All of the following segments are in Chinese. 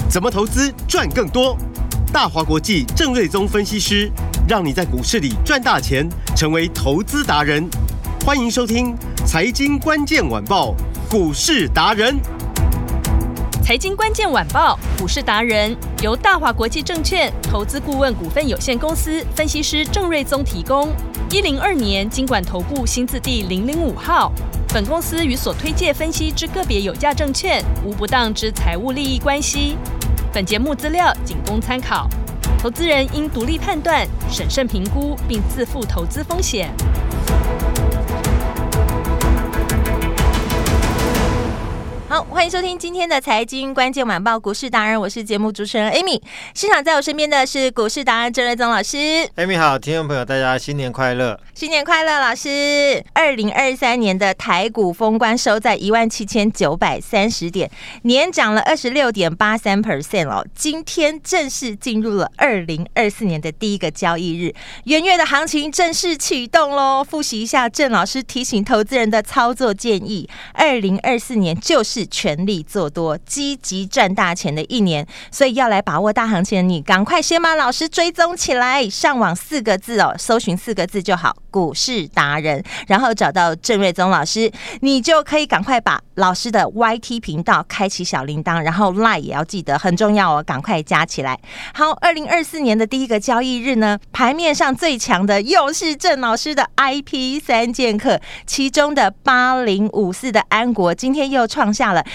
怎么投资赚更多？大华国际郑瑞宗分析师让你在股市里赚大钱，成为投资达人。欢迎收听《财经关键晚报》股市达人。 财经关键晚报股市达人由大华国际证券投资顾问股份有限公司分析师郑瑞宗提供。102年金管投顾新字第005号。本公司与所推介分析之个别有价证券无不当之财务利益关系。本节目资料仅供参考，投资人应独立判断、审慎评估，并自负投资风险。 好，欢迎收听今天的财经关键晚报股市达人，我是节目主持人 Amy。现场在我身边的是股市达人郑瑞宗老师。 Amy 好，听众朋友大家新年快乐！ 新年快乐，老师！2023年的台股封关收在17930点，年涨了26.83% 哦。今天正式进入了2024年的第一个交易日，元月的行情正式启动喽。复习一下郑老师提醒投资人的操作建议：2024年就是全力做多、积极赚大钱的一年，所以要来把握大行情的你，赶快先把老师追踪起来，上网4个字哦，搜寻4个字就好。股市达人，然后找到郑瑞宗老师，你就可以赶快把老师的 YT 频道开启小铃铛，然后 LINE 也要记得很重要哦，赶快加起来。好，2024年的第一个交易日呢，盘面上最强的又是郑老师的 IP 3剑客，其中的8054的安国今天又创下了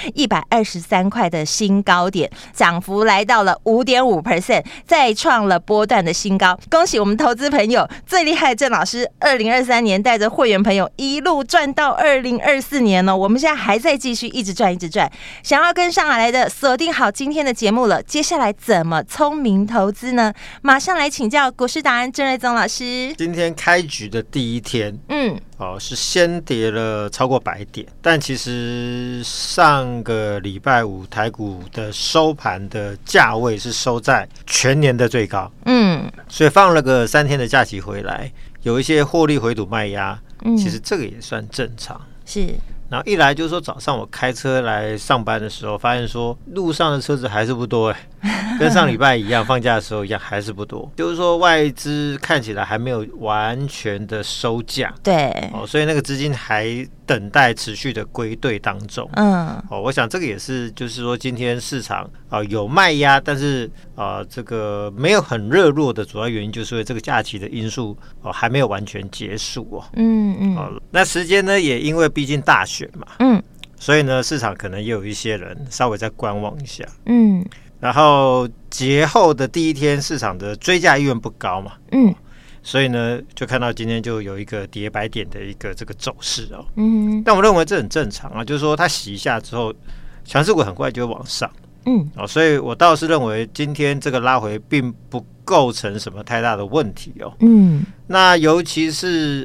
123块的新高点，涨幅来到了 5.5%， 再创了波段的新高。恭喜我们投资朋友最厉害的郑老师，2023年带着会员朋友一路赚到2024年哦，我们现在还在继续一直赚一直赚。想要跟上来的，锁定好今天的节目了。接下来怎么聪明投资呢？马上来请教股市达人郑瑞宗老师。 今天开局的第一天，是先跌了超过100点，但其实上个礼拜五台股的收盘的价位是收在全年的最高，所以放了个3天的假期回来，有一些获利回吐卖压，其实这个也算正常。 是。 然后一来就是说早上我开车来上班的时候，发现说路上的车子还是不多跟上礼拜一样，放假的时候一样还是不多，就是说外资看起来还没有完全的收假， 对， 所以那个资金还等待持续的归队当中。我想这个也是，就是说今天市场有卖压，但是这个没有很热络的主要原因，就是因为这个假期的因素还没有完全结束那时间呢，也因为毕竟大选嘛，所以呢，市场可能也有一些人稍微再观望一下，然后节后的第一天，市场的追价意愿不高嘛，所以呢，就看到今天就有一个跌100点的一个这个走势哦，但我认为这很正常啊，就是说它洗一下之后，强势股很快就会往上，所以我倒是认为今天这个拉回并不构成什么太大的问题哦，那尤其是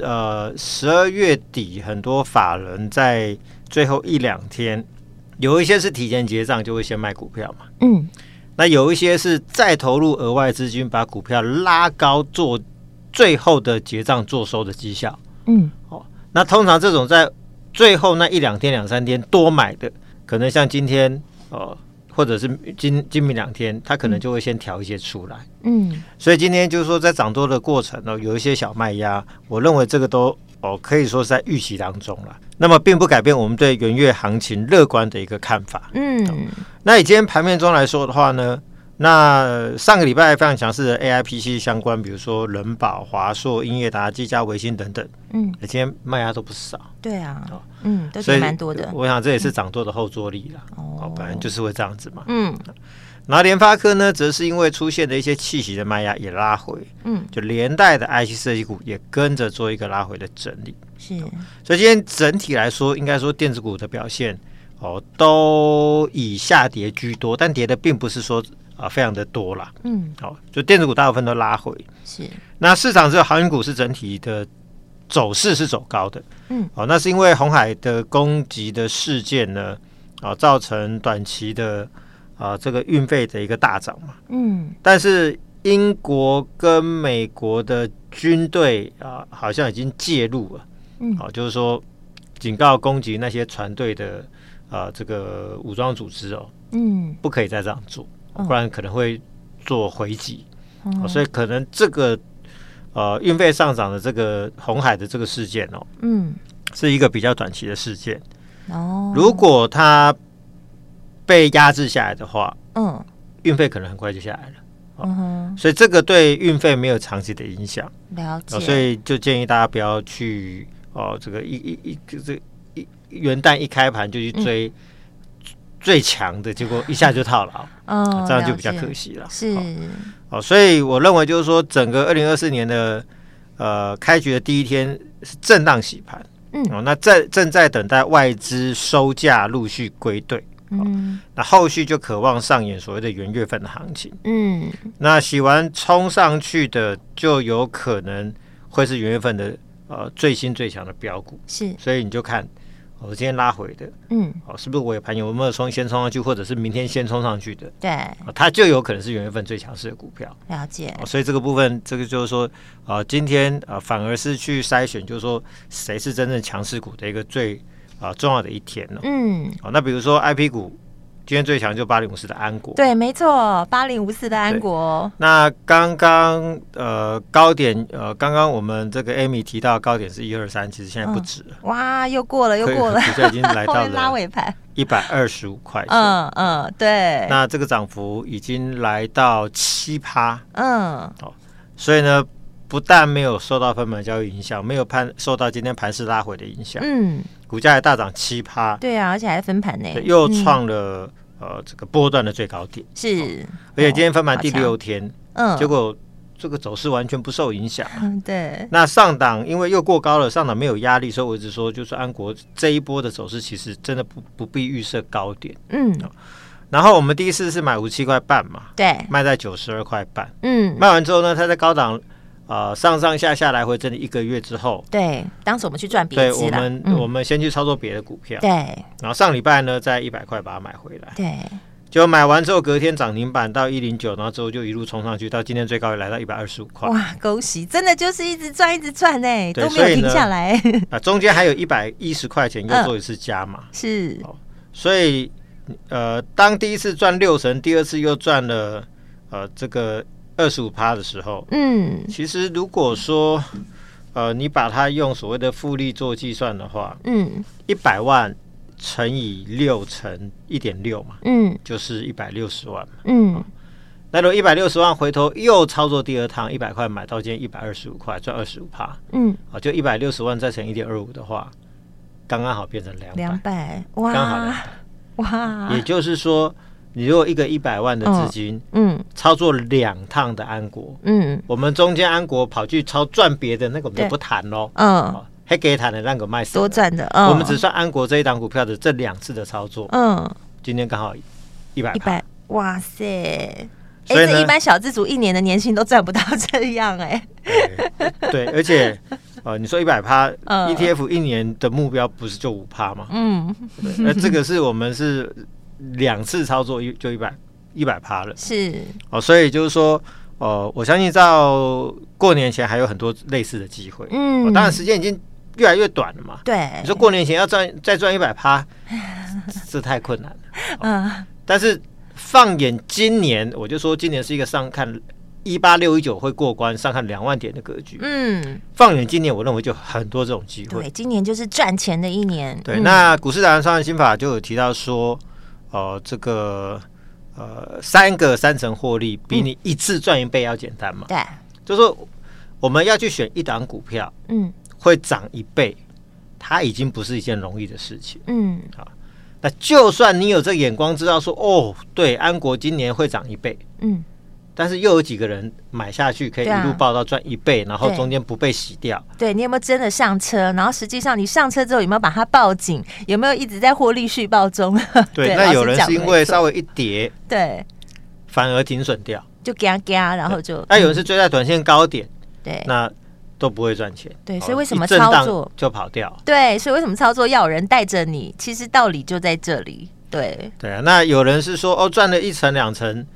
12月底，很多法人在最后1-2天，有一些是提前结账就会先卖股票嘛，那有一些是再投入额外资金把股票拉高做最后的结账做收的绩效，那通常这种在最后那1-2天、2-3天多买的，可能像今天或者是今明2天，他可能就会先调一些出来，所以今天就是说在涨多的过程有一些小卖压，我认为这个都可以说是在预期当中了。那么并不改变我们对元月行情乐观的一个看法。那以今天盘面中来说的话呢，那上个礼拜非常强势的 AIPC 相关，比如说人保、华硕、英业达、技嘉、微星等等，今天卖压都不少。 对啊，都跌蛮多的。 我想这也是涨多的后坐力啦，本来就是会这样子嘛。然后联发科呢，则是因为出现的一些气息的卖压也拉回，就连带的 IC 设计股也跟着做一个拉回的整理。 是， 所以今天整体来说，应该说电子股的表现都以下跌居多，但跌的并不是说非常的多啦。就电子股大部分都拉回。 是， 那市场只有航运股是整体的走势是走高的。那是因为鸿海的攻击的事件呢，造成短期的这个运费的一个大涨嘛。但是英国跟美国的军队好像已经介入了，就是说警告攻击那些船队的这个武装组织不可以再这样做。 不然可能会做回击。所以可能这个运费上涨的这个鸿海的这个事件是一个比较短期的事件。如果它被压制下来的话，运费可能很快就下来了。所以这个对运费没有长期的影响。 了解。 所以就建议大家不要去这个元旦一开盘就去追最强的，结果一下就套牢，这样就比较可惜了。 是。 所以我认为就是说，整个2024年的开局的第一天是震荡洗盘。那正在等待外资收价陆续归队。那后续就渴望上演所谓的元月份的行情。那洗完冲上去的，就有可能会是元月份的最新最强的标股。 是， 所以你就看我今天拉回的，是不是尾盘有没有先冲上去，或者是明天先冲上去的？ 对， 它就有可能是元月份最强势的股票。 了解。 所以这个部分，这个就是说，今天反而是去筛选，就是说谁是真正强势股的一个最重要的一天了。那比如说 IP 股，今天最强就8054的安国。 对，没错，8054的安国。 那刚刚高点，刚刚我们这个 Amy 提到高点是123，其实现在不止了。 哇，又过了，股价已经来到了拉尾盘 125块钱。 对。 那这个涨幅已经来到7%。所以呢，不但没有受到分盘交易影响，没有受到今天盘势拉回的影响，股价还大涨7%。 对啊，而且还分盘呢， 又创了这个波段的最高点。 是， 而且今天分盘第6天，结果这个走势完全不受影响。 对。 那上档因为又过高了，上档没有压力，所以我一直说，就是安国这一波的走势其实真的不必预设高点。然后我们第一次是买57块半嘛， 对， 卖在92块半。卖完之后呢，它在高档上下来回整理1个月之后， 对，当时我们去赚别支了。 我们先去操作别的股票， 对。 然后上礼拜呢，在100块把它买回来， 对。 就买完之后，隔天涨停板到109，然后之后就一路冲上去，到今天最高也来到125块。 哇，恭喜！真的就是一直赚哎，都没有停下来。 中间还有110块钱又做一次加码。 是。 所以当第一次赚6成，第二次又赚了这个25% 的时候，其实如果说你把它用所谓的复利做计算的话，100万乘以6乘1.6嘛，就是160万嘛，那如果160万回头又操作第二趟，100块买到今天125块，赚25%，就160万再乘1.25的话，刚刚好变成200， 哇， 刚好200，哇，也就是说，你如果一个100万的资金，操作2趟的安国，我们中间安国跑去赚别的那个我们就不谈喽，还给谈的那个卖死多赚的， 我们只算安国这一档股票的这2次的操作，今天刚好100%， 哇塞！所以这一般小资族1年的年薪都赚不到这样对，而且你说100%，ETF 1年的目标不是就5%吗？那这个是我们是2次操作就100%了， 是所以就是说，我相信到过年前还有很多类似的机会，当然时间已经越来越短了嘛， 对， 你说过年前要再赚100%，这太困难了，但是放眼今年，我就说今年是一个上看18619会过关，上看2万点的格局。放眼今年，我认为就很多这种机会。 对，今年就是赚钱的一年。 对，那股市达人商人心法就有提到说，这个3个3成获利比你一次赚1倍要简单嘛。 对， 就是说我们要去选一档股票，会涨1倍，它已经不是一件容易的事情。那就算你有这个眼光，知道说对，安国今年会涨1倍，但是又有几个人买下去可以一路报到赚1倍，然后中间不被洗掉？ 对，你有没有真的上车？然后实际上你上车之后有没有把它报警？有没有一直在获利续报中？ 对，那有人是因为稍微一跌， 对， 反而停损掉， 就嘎，然后就那有人是追在短线高点， 对， 那都不会赚钱。 对，所以为什么操作就跑掉？ 对，所以为什么操作要有人带着你？其实道理就在这里。对啊，那有人是说赚了1成2成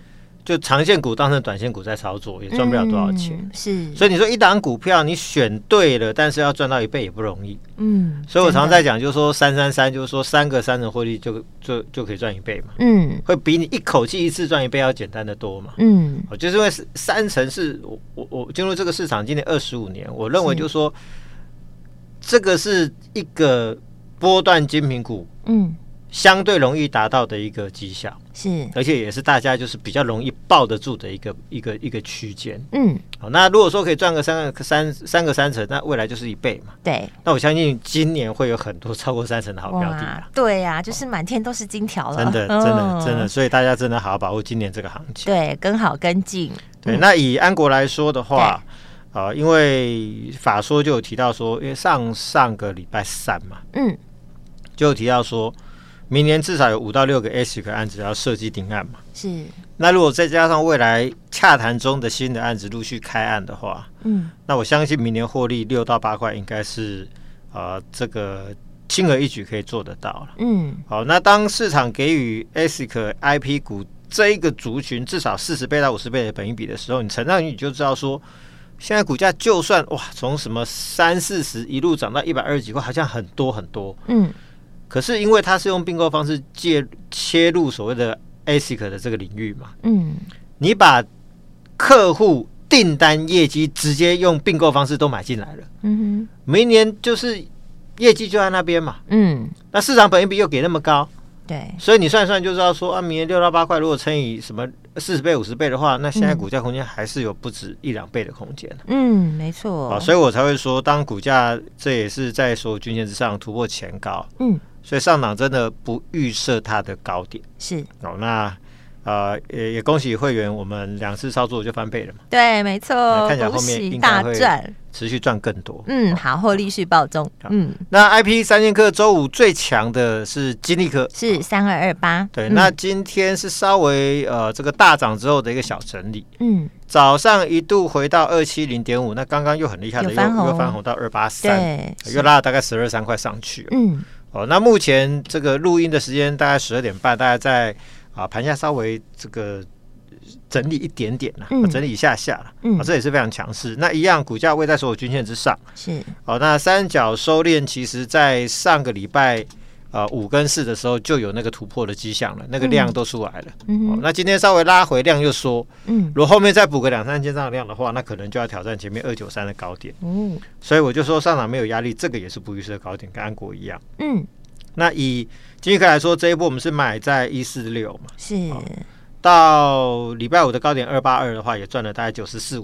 就长线股当成短线股在操作，也赚不了多少钱。 是， 所以你说一档股票你选对了，但是要赚到1倍也不容易。所以我常常在讲，就是说333，就是说3个3成获利就可以赚1倍嘛。会比你一口气一次赚1倍要简单的多嘛。就是因为3成是我进入这个市场今年25年，我认为就是说这个是一个波段精品股，相对容易达到的一个绩效，是，而且也是大家就是比较容易抱得住的一个区间。好，那如果说可以赚个三个3成，那未来就是1倍嘛。对，那我相信今年会有很多超过3成的好标的啊。 对呀，就是满天都是金条了， 真的，所以大家真的好好把握今年这个行情。 对，跟好跟进。 对，那以安国来说的话，因为法说就有提到说，因为上个礼拜3嘛，就有提到说，明年至少有5到6个 ASIC 案子要设计定案嘛。是。那如果再加上未来洽谈中的新的案子陆续开案的话，那我相信明年获利6到8块应该是这个轻而易举可以做得到了。好，那当市场给予 ASIC IP 股这一个族群至少40倍到50倍的本益比的时候，你乘上去你就知道说，现在股价就算哇从什么30-40一路涨到120几块，好像很多很多。可是因为它是用并购方式切入所谓的 ASIC 的这个领域嘛，你把客户订单业绩直接用并购方式都买进来了，明年就是业绩就在那边嘛，那市场本益比又给那么高，对，所以你算一算就知道说啊，明年6到8块如果乘以什么40倍50倍的话，那现在股价空间还是有不止1-2倍的空间。 没错， 所以我才会说，当股价这也是在所有均线之上突破前高，所以上档真的不预设它的高点。是那也恭喜会员，我们2次操作就翻倍了嘛。 对，没错， 看起来后面应该会持续赚更多。 好，获利续报中。 那 IP 3剑客周五最强的是金利科， 是3228。 对，那今天是稍微这个大涨之后的一个小整理。早上一度回到270.5，那刚刚又很厉害的又翻红到283，又拉了大概12-13块上去。那目前这个录音的时间大概12点半，大概在盘下稍微这个整理一点点啦，整理一下下了，这也是非常强势。那一样股价位在所有均线之上，是那三角收敛，其实在上个礼拜5跟4的时候就有那个突破的迹象了，那个量都出来了。那今天稍微拉回量又缩，如果后面再补个2-3千张的量的话，那可能就要挑战前面293的高点。所以我就说上涨没有压力，这个也是不预设高点，跟安国一样。那以金利科来说，这一波我们是买在146嘛，是到礼拜5的高点282的话，也赚了大概94.5%，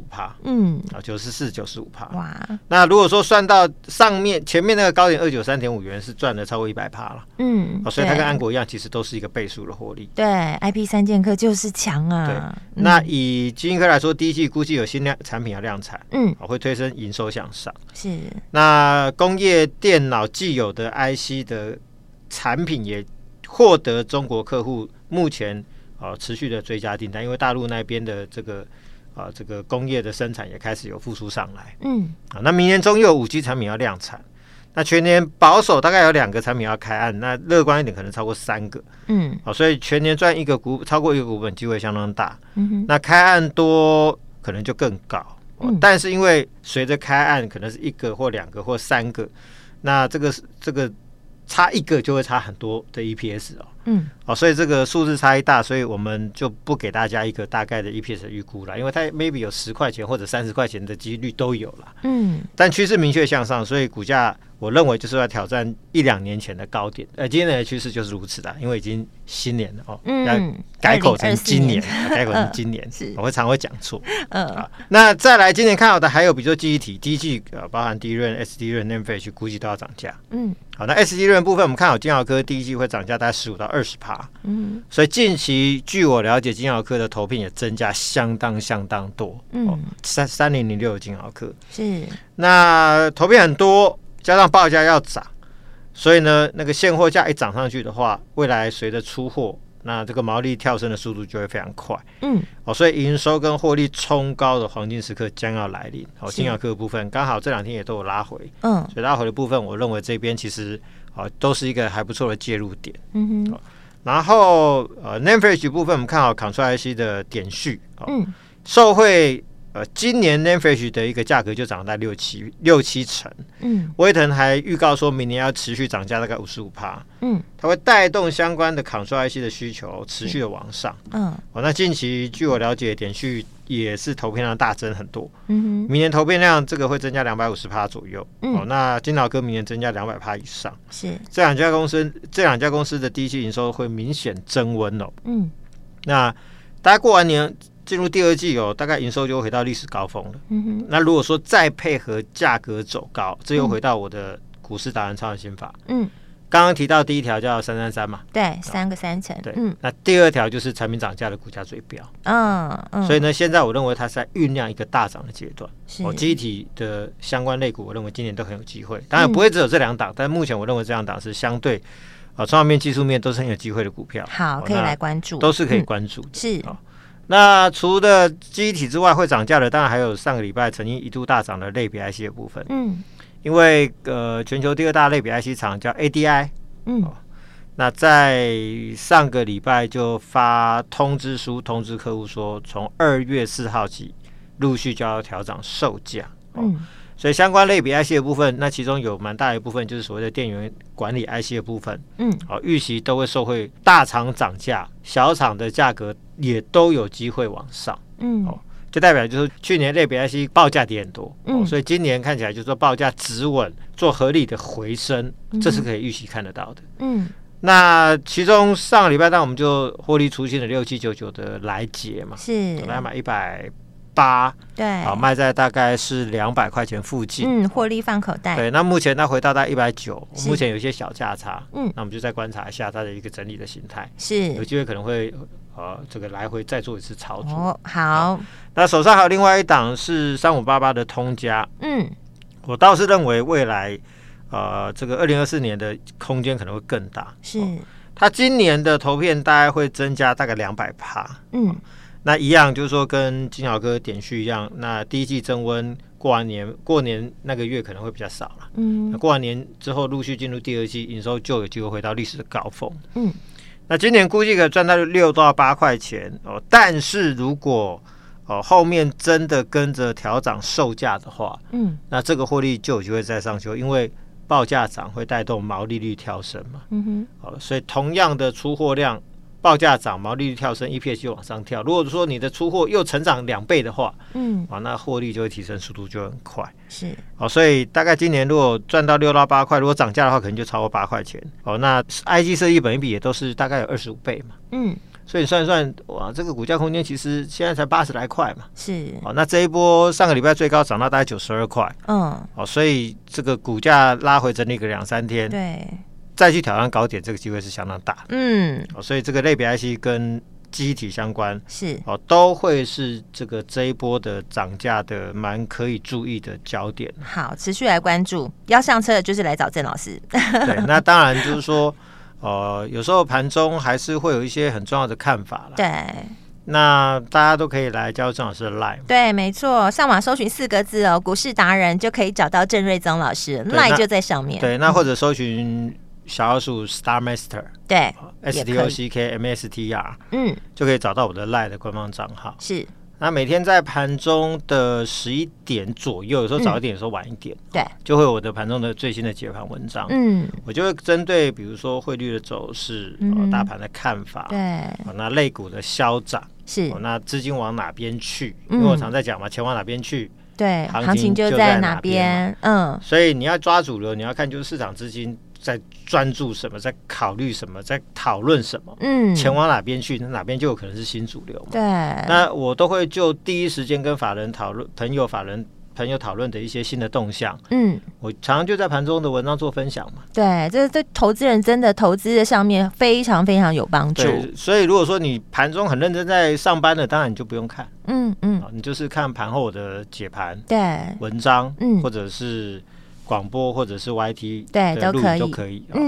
94-95%。哇！那如果说算到上面前面那个高点293.5元，是赚了超过100%了。所以它跟安国一样，其实都是一个倍数的获利。 对 ，IP 3剑客就是强啊。 对，那以金利科来说，第一季估计有新产品要量产，会推升营收向上。是。那工业电脑既有的 IC 的产品也获得中国客户目前持续的追加订单，因为大陆那边的这个工业的生产也开始有复苏上来。那明年中又有5G 产品要量产，那全年保守大概有2个产品要开案，那乐观一点可能超过3个。所以全年赚超过1个股本机会相当大。那开案多可能就更高。但是因为随着开案可能是1个或2个或3个，那这个差1个就会差很多的 EPS 所以这个数字差异大，所以我们就不给大家一个大概的 EPS 的预估了，因为它 maybe 有10块钱或者30块钱的几率都有了。但趋势明确向上，所以股价我认为就是要挑战1-2年前的高点。今天的趋势就是如此的，因为已经新年了要改口成今年，改口成今年，我常会讲错。那再来今年看好的还有比如说记忆体，第一季包含DRAM、SDRAM、NAND Flash 估计都要涨价。好，那 SDRAM 部分我们看好金豪科第一季会涨价大概15%到20%。所以近期据我了解，金豪科的投片也增加相当多。3006的金豪科是那投片很多，加上报价要涨，所以呢，那个现货价一涨上去的话，未来随着出货，那这个毛利跳升的速度就会非常快。所以营收跟获利冲高的黄金时刻将要来临。金豪科的部分刚好这2天也都有拉回，所以拉回的部分，我认为这边其实都是一个还不错的介入点。 然后NAND Flash 部分我们看好 Control IC 的点序，受惠今年 NAND Flash 的一个价格就涨到6-7成，威腾还预告说明年要持续涨价大概 55%，它会带动相关的 Control IC 的需求持续的往上，那近期据我了解点序也是投片量大增很多，明年投片量这个会增加250%左右，那金豪科明年增加200%以上，是这两家公司的第一季营收会明显增温哦，那大家过完年进入第二季大概营收就会回到历史高峰了，那如果说再配合价格走高，这又回到我的股市达人超人心法，刚刚提到第一条叫333嘛， 对，3个3成， 对，那第二条就是产品涨价的股价追标，所以呢，现在我认为它是在酝酿一个大涨的阶段，记忆体的相关类股，我认为今年都很有机会，当然不会只有这两档，但目前我认为这两档是相对创造面、技术面都是很有机会的股票， 好，可以来关注， 都是可以关注的， 是。 那除了记忆体之外会涨价的，当然还有上个礼拜曾经一度大涨的类比 IC 的部分，因为全球第二大类比 IC 厂叫 ADI，那在上个礼拜就发通知书通知客户说，从2月4号起陆续就要调涨售价，所以相关类比 IC 的部分，那其中有蛮大的一部分就是所谓的电源管理 IC 的部分，预期都会受惠大厂涨价，小厂的价格也都有机会往上，就代表就是去年类比 IC 报价跌很多，所以今年看起来就是说报价止稳，做合理的回升，这是可以预期看得到的。那其中上个礼拜，当我们就获利出清了6799的来捷嘛，是来买180，对，好卖在大概是200块钱附近， 获利放口袋。 对，那目前它回到大概190，目前有一些小价差，那我们就再观察一下它的一个整理的形态，是有机会可能会这个来回再做一次操作。好，那手上还有另外一档是3588的通家，我倒是认为未来这个2024年的空间可能会更大，是它今年的投片大概会增加大概200%，那一样就是说跟金豪科点序一样，那第一季增温，过年那个月可能会比较少了，那过完年之后陆续进入第二季，营收就有机会回到历史的高峰，那今年估计可以赚到6到8块钱，但是如果后面真的跟着调涨售价的话，那这个获利就有机会再上修，因为报价涨会带动毛利率跳升嘛，所以同样的出货量，报价涨，毛利率跳升 ，EPS 就往上跳。如果说你的出货又成长2倍的话，那获利就会提升，速度就很快。是，所以大概今年如果赚到6到8块，如果涨价的话，可能就超过8块钱。那 IC 设计本益比也都是大概有25倍嘛。所以你算一算，哇，这个股价空间其实现在才80来块嘛。是，那这一波上个礼拜最高涨到大概92块。所以这个股价拉回整理个2-3天。对。再去挑战高点，这个机会是相当大的。所以这个类比 IC 跟记忆体相关，是都会是这一波的涨价的蛮可以注意的焦点。 好，持续来关注，要上车的就是来找郑老师。 对，那当然就是说，有时候盘中还是会有一些很重要的看法啦。对。那大家都可以来加入郑老师的 LINE。 对，没错，上网搜寻4个字股市达人就可以找到郑瑞宗老师 ，LINE 就在上面。 对，那或者搜寻小老鼠 Star Master， 对，STOCKMASTR， 就可以找到我的 LINE 的官方账号。是，那每天在盘中的11点左右，有时候早一点，有时候晚一点，对，就会有我的盘中的最新的解盘文章。我就会针对比如说汇率的走势，大盘的看法，对，那类股的消涨，是，那资金往哪边去？因为我常在讲嘛，钱往哪边去？对，行情就在哪边。所以你要抓主流，你要看就是市场资金在专注什么，在考虑什么，在讨论什么，钱往哪边去，哪边就有可能是新主流嘛。对，那我都会就第一时间跟法人讨论，朋友讨论的一些新的动向，我常常就在盘中的文章做分享嘛。对，这对投资人真的投资的上面非常非常有帮助。所以如果说你盘中很认真在上班的，当然你就不用看，你就是看盘后的解盘，对，文章，或者是广播或者是 YT 对都可以。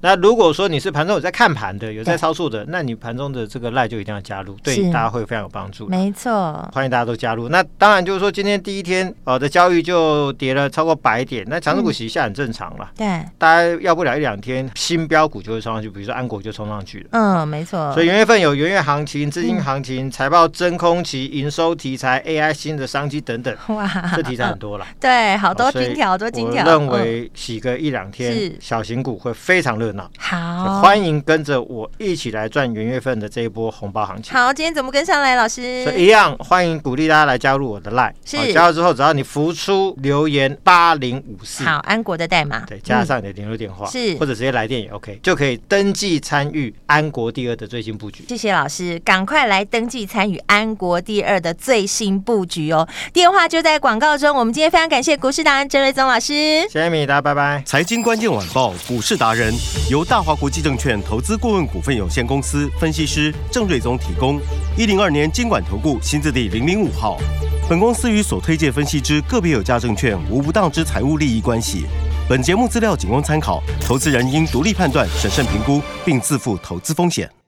那如果说你是盘中有在看盘的，有在操作的，那你盘中的这个 LINE 就一定要加入，对大家会非常有帮助。 没错， 欢迎大家都加入。那当然就是说，今天第一天的交易就跌了超过100点，那强势股洗一下很正常啦。 对， 大家要不了1-2天，新标股就会冲上去，比如说安国就冲上去了。 没错。 所以元月份有元月行情、资金行情、财报真空期、营收题材、AI 新的商机等等，哇，这题材很多啦。 对，好多金条，多金条。 我认为洗个1-2天，小型股会非常热闹。 好， 欢迎跟着我一起来赚元月份的这一波红包行情。 好，今天怎么跟上来，老师？ 所以一样，欢迎鼓励大家来加入我的 LINE。是，加入之后，只要你浮出留言8054， 好，安国的代码， 对，加上你的联络电话， 是， 或者直接来电也 OK， 就可以登记参与安国第2的最新布局。 谢谢老师，赶快来登记参与安国第2的最新布局哦！电话就在广告中。我们今天非常感谢股市达人郑瑞宗老师， 谢谢米达，拜拜。 财经关键晚报股市达人由大华国际证券投资顾问股份有限公司分析师郑瑞宗提供。102年金管投顾新字第005号。本公司与所推介分析之个别有价证券无不当之财务利益关系。本节目资料仅供参考，投资人应独立判断、审慎评估，并自负投资风险。